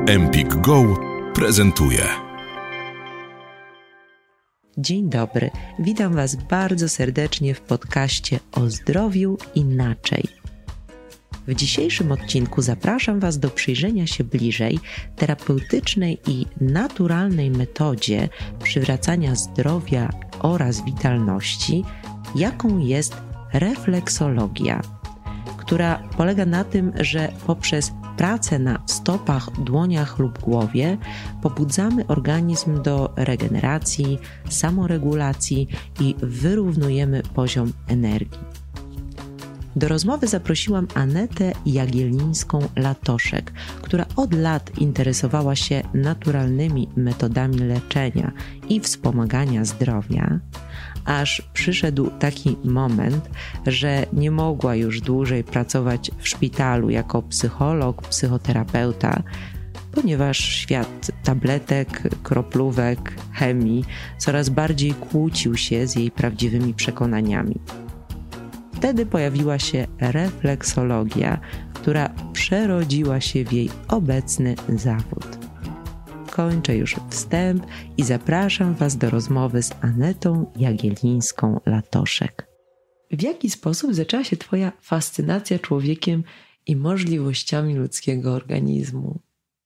Empik Go prezentuje. Dzień dobry, witam Was bardzo serdecznie w podcaście o zdrowiu inaczej. W dzisiejszym odcinku zapraszam Was do przyjrzenia się bliżej terapeutycznej i naturalnej metodzie przywracania zdrowia oraz witalności, jaką jest refleksologia, która polega na tym, że poprzez pracę na stopach, dłoniach lub głowie pobudzamy organizm do regeneracji, samoregulacji i wyrównujemy poziom energii. Do rozmowy zaprosiłam Anetę Jagiellińską-Latoszek, która od lat interesowała się naturalnymi metodami leczenia i wspomagania zdrowia, aż przyszedł taki moment, że nie mogła już dłużej pracować w szpitalu jako psycholog, psychoterapeuta, ponieważ świat tabletek, kroplówek, chemii coraz bardziej kłócił się z jej prawdziwymi przekonaniami. Wtedy pojawiła się refleksologia, która przerodziła się w jej obecny zawód. Kończę już wstęp i zapraszam Was do rozmowy z Anetą Jagiellińską-Latoszek. W jaki sposób zaczęła się Twoja fascynacja człowiekiem i możliwościami ludzkiego organizmu?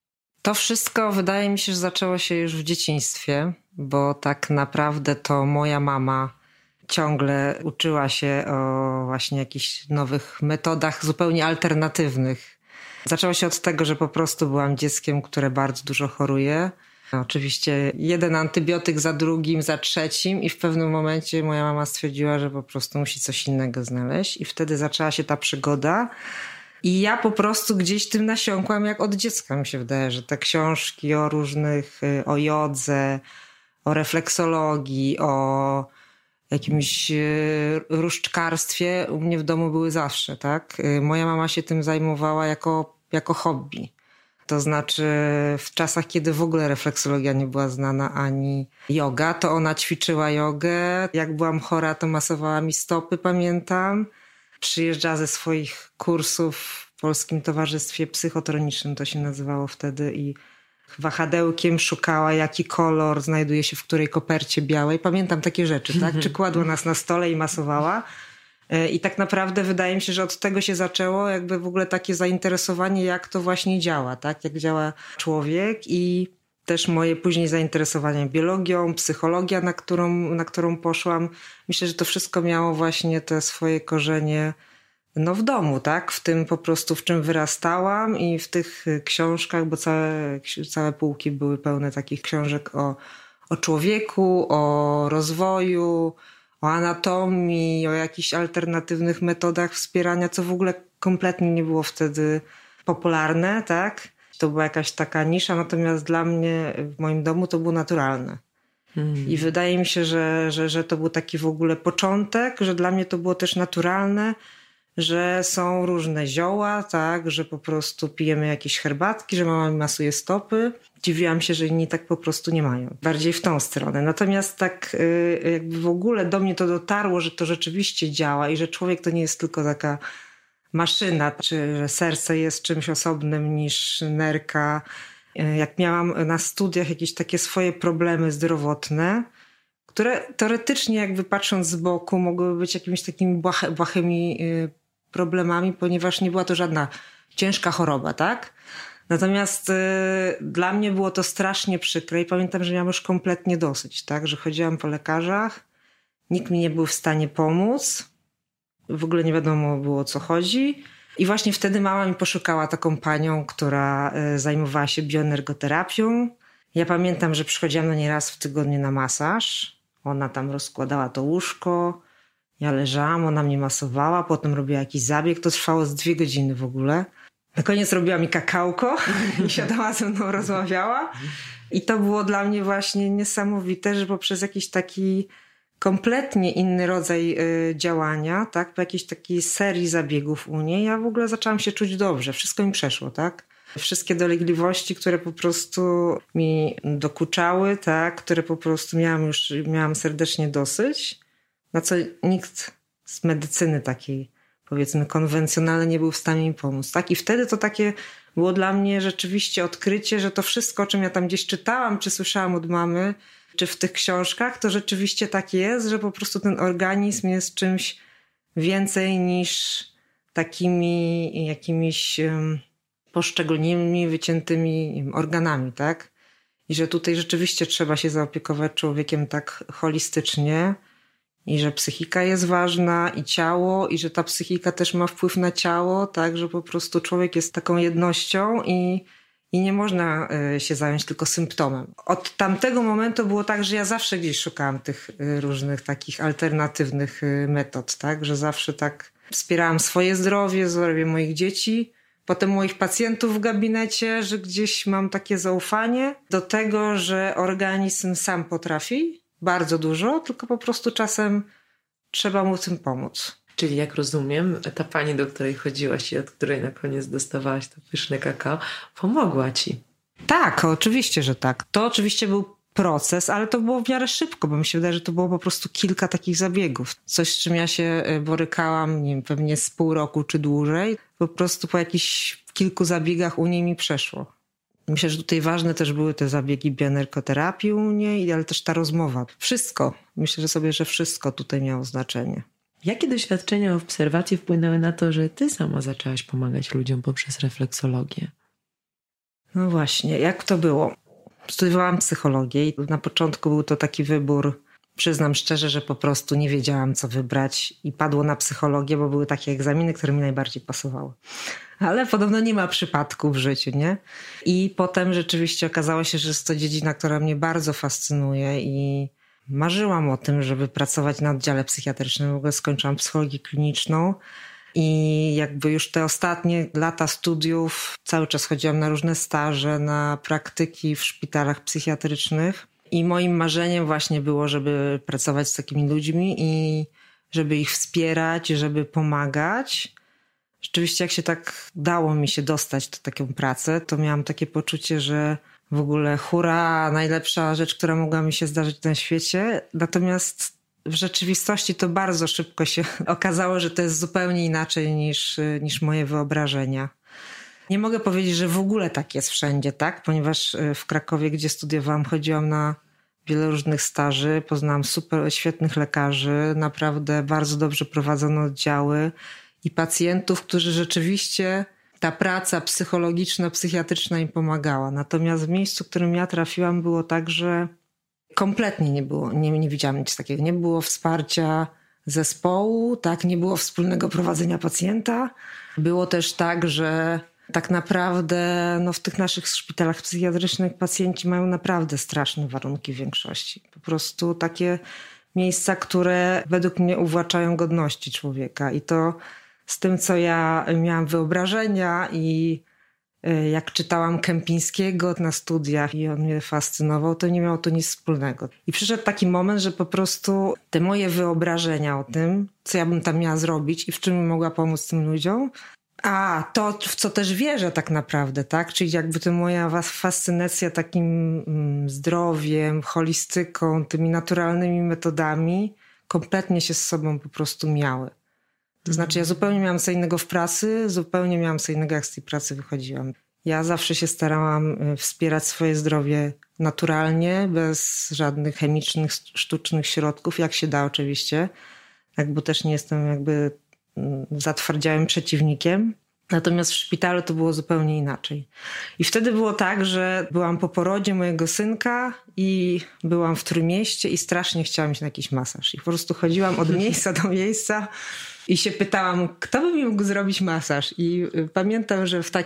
To wszystko wydaje mi się, że zaczęło się już w dzieciństwie, bo tak naprawdę to moja mama ciągle uczyła się o właśnie jakichś nowych metodach zupełnie alternatywnych. Zaczęło się od tego, że po prostu byłam dzieckiem, które bardzo dużo choruje. Oczywiście jeden antybiotyk za drugim, za trzecim i w pewnym momencie moja mama stwierdziła, że po prostu musi coś innego znaleźć i wtedy zaczęła się ta przygoda. I ja po prostu gdzieś tym nasiąkłam jak od dziecka, mi się wydaje, że te książki o różnych, o jodze, o refleksologii, o jakimś różdżkarstwie u mnie w domu były zawsze, tak? Moja mama się tym zajmowała jako hobby. To znaczy w czasach, kiedy w ogóle refleksologia nie była znana ani joga, to ona ćwiczyła jogę. Jak byłam chora, to masowała mi stopy, pamiętam. Przyjeżdżała ze swoich kursów w Polskim Towarzystwie Psychotronicznym, to się nazywało wtedy, i wahadełkiem szukała, jaki kolor znajduje się w której kopercie białej. Pamiętam takie rzeczy, tak? Czy kładła nas na stole i masowała. I tak naprawdę wydaje mi się, że od tego się zaczęło jakby w ogóle takie zainteresowanie, jak to właśnie działa, tak? Jak działa człowiek i też moje później zainteresowanie biologią, psychologia, na którą poszłam. Myślę, że to wszystko miało właśnie te swoje korzenie w domu, tak? W tym po prostu, w czym wyrastałam i w tych książkach, bo całe półki były pełne takich książek o człowieku, o rozwoju, o anatomii, o jakichś alternatywnych metodach wspierania, co w ogóle kompletnie nie było wtedy popularne, tak? To była jakaś taka nisza, natomiast dla mnie w moim domu to było naturalne. I wydaje mi się, że to był taki w ogóle początek, że dla mnie to było też naturalne, że są różne zioła, tak, że po prostu pijemy jakieś herbatki, że mama mi masuje stopy. Dziwiłam się, że inni tak po prostu nie mają. Bardziej w tą stronę. Natomiast tak jakby w ogóle do mnie to dotarło, że to rzeczywiście działa i że człowiek to nie jest tylko taka maszyna, czy że serce jest czymś osobnym niż nerka. Jak miałam na studiach jakieś takie swoje problemy zdrowotne, które teoretycznie jakby patrząc z boku mogłyby być jakimiś takimi błahymi problemami, ponieważ nie była to żadna ciężka choroba, tak? Natomiast dla mnie było to strasznie przykre i pamiętam, że miałam już kompletnie dosyć, tak? Że chodziłam po lekarzach, nikt mi nie był w stanie pomóc, w ogóle nie wiadomo było, o co chodzi. I właśnie wtedy mama mi poszukała taką panią, która zajmowała się bioenergoterapią. Ja pamiętam, że przychodziłam do niej raz w tygodniu na masaż. Ona tam rozkładała to łóżko, ja leżałam, ona mnie masowała, potem robiła jakiś zabieg, to trwało z 2 godziny w ogóle. Na koniec robiła mi kakałko i siadała ze mną, rozmawiała. I to było dla mnie właśnie niesamowite, że poprzez jakiś taki kompletnie inny rodzaj działania, tak, po jakiejś takiej serii zabiegów u niej, ja w ogóle zaczęłam się czuć dobrze, wszystko mi przeszło, tak. Wszystkie dolegliwości, które po prostu mi dokuczały, tak, które po prostu miałam serdecznie dosyć, na co nikt z medycyny takiej powiedzmy konwencjonalny nie był w stanie mi pomóc. Tak? I wtedy to takie było dla mnie rzeczywiście odkrycie, że to wszystko, o czym ja tam gdzieś czytałam, czy słyszałam od mamy, czy w tych książkach, to rzeczywiście tak jest, że po prostu ten organizm jest czymś więcej niż takimi jakimiś poszczególnymi, wyciętymi organami, tak? I że tutaj rzeczywiście trzeba się zaopiekować człowiekiem tak holistycznie i że psychika jest ważna i ciało, i że ta psychika też ma wpływ na ciało, tak? Że po prostu człowiek jest taką jednością i nie można się zająć tylko symptomem. Od tamtego momentu było tak, że ja zawsze gdzieś szukałam tych różnych takich alternatywnych metod, tak? Że zawsze tak wspierałam swoje zdrowie moich dzieci, potem moich pacjentów w gabinecie, że gdzieś mam takie zaufanie do tego, że organizm sam potrafi bardzo dużo, tylko po prostu czasem trzeba mu w tym pomóc. Czyli jak rozumiem, ta pani, do której chodziłaś i od której na koniec dostawałaś to pyszne kakao, pomogła ci. Tak, oczywiście, że tak. To oczywiście był proces, ale to było w miarę szybko, bo mi się wydaje, że to było po prostu kilka takich zabiegów. Coś, z czym ja się borykałam, nie wiem, pewnie z pół roku czy dłużej. Po prostu po jakichś kilku zabiegach u niej mi przeszło. Myślę, że tutaj ważne też były te zabiegi bioenergoterapii u niej, ale też ta rozmowa. Wszystko. Myślę sobie, że wszystko tutaj miało znaczenie. Jakie doświadczenia, obserwacje wpłynęły na to, że ty sama zaczęłaś pomagać ludziom poprzez refleksologię? No właśnie, jak to było? Studiowałam psychologię i na początku był to taki wybór. Przyznam szczerze, że po prostu nie wiedziałam, co wybrać i padło na psychologię, bo były takie egzaminy, które mi najbardziej pasowały. Ale podobno nie ma przypadku w życiu, nie? I potem rzeczywiście okazało się, że jest to dziedzina, która mnie bardzo fascynuje i marzyłam o tym, żeby pracować na oddziale psychiatrycznym. W ogóle skończyłam psychologię kliniczną i jakby już te ostatnie lata studiów cały czas chodziłam na różne staże, na praktyki w szpitalach psychiatrycznych. I moim marzeniem właśnie było, żeby pracować z takimi ludźmi i żeby ich wspierać, żeby pomagać. Rzeczywiście jak się tak dało mi się dostać do taką pracę, to miałam takie poczucie, że w ogóle hurra, najlepsza rzecz, która mogła mi się zdarzyć na świecie. Natomiast w rzeczywistości to bardzo szybko się okazało, że to jest zupełnie inaczej niż moje wyobrażenia. Nie mogę powiedzieć, że w ogóle tak jest wszędzie, tak? Ponieważ w Krakowie, gdzie studiowałam, chodziłam na wiele różnych staży, poznałam super świetnych lekarzy, naprawdę bardzo dobrze prowadzone oddziały i pacjentów, którzy rzeczywiście ta praca psychologiczna, psychiatryczna im pomagała. Natomiast w miejscu, w którym ja trafiłam, było tak, że kompletnie nie było, nie widziałam nic takiego. Nie było wsparcia zespołu, tak, nie było wspólnego prowadzenia pacjenta. Było też tak, że tak naprawdę w tych naszych szpitalach psychiatrycznych pacjenci mają naprawdę straszne warunki w większości. Po prostu takie miejsca, które według mnie uwłaczają godności człowieka. I to z tym, co ja miałam wyobrażenia i jak czytałam Kępińskiego na studiach i on mnie fascynował, to nie miało to nic wspólnego. I przyszedł taki moment, że po prostu te moje wyobrażenia o tym, co ja bym tam miała zrobić i w czym bym mogła pomóc tym ludziom, a to, w co też wierzę tak naprawdę, tak? Czyli jakby to moja fascynacja takim zdrowiem, holistyką, tymi naturalnymi metodami kompletnie się z sobą po prostu miały. To znaczy ja zupełnie miałam co innego w pracy, zupełnie miałam co innego jak z tej pracy wychodziłam. Ja zawsze się starałam wspierać swoje zdrowie naturalnie, bez żadnych chemicznych, sztucznych środków, jak się da oczywiście. Bo też nie jestem jakby zatwardziałym przeciwnikiem. Natomiast w szpitalu to było zupełnie inaczej. I wtedy było tak, że byłam po porodzie mojego synka i byłam w Trójmieście i strasznie chciałam iść na jakiś masaż. I po prostu chodziłam od miejsca do miejsca i się pytałam, kto by mi mógł zrobić masaż. I pamiętam, że w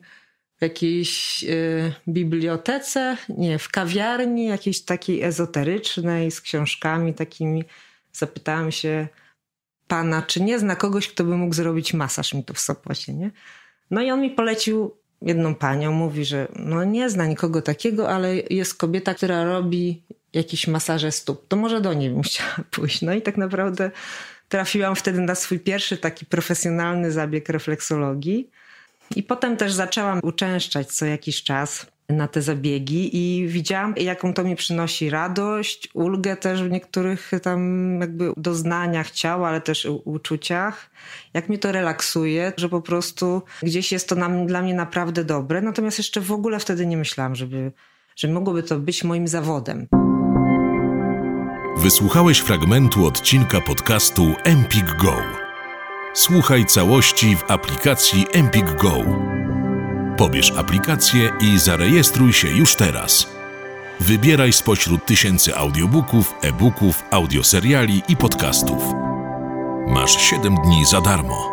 jakiejś bibliotece, w kawiarni jakiejś takiej ezoterycznej z książkami takimi zapytałam się pana, czy nie zna kogoś, kto by mógł zrobić masaż mi tu w Sopocie, nie? No i on mi polecił jedną panią, mówi, że nie zna nikogo takiego, ale jest kobieta, która robi jakieś masaże stóp. To może do niej bym chciała pójść. No i tak naprawdę trafiłam wtedy na swój pierwszy taki profesjonalny zabieg refleksologii. I potem też zaczęłam uczęszczać co jakiś czas na te zabiegi i widziałam, jaką to mi przynosi radość, ulgę też w niektórych tam jakby doznaniach ciała, ale też uczuciach. Jak mnie to relaksuje, że po prostu gdzieś jest to dla mnie naprawdę dobre. Natomiast jeszcze w ogóle wtedy nie myślałam, że mogłoby to być moim zawodem. Wysłuchałeś fragmentu odcinka podcastu Empik Go. Słuchaj całości w aplikacji Empik Go. Pobierz aplikację i zarejestruj się już teraz. Wybieraj spośród tysięcy audiobooków, e-booków, audioseriali i podcastów. Masz 7 dni za darmo.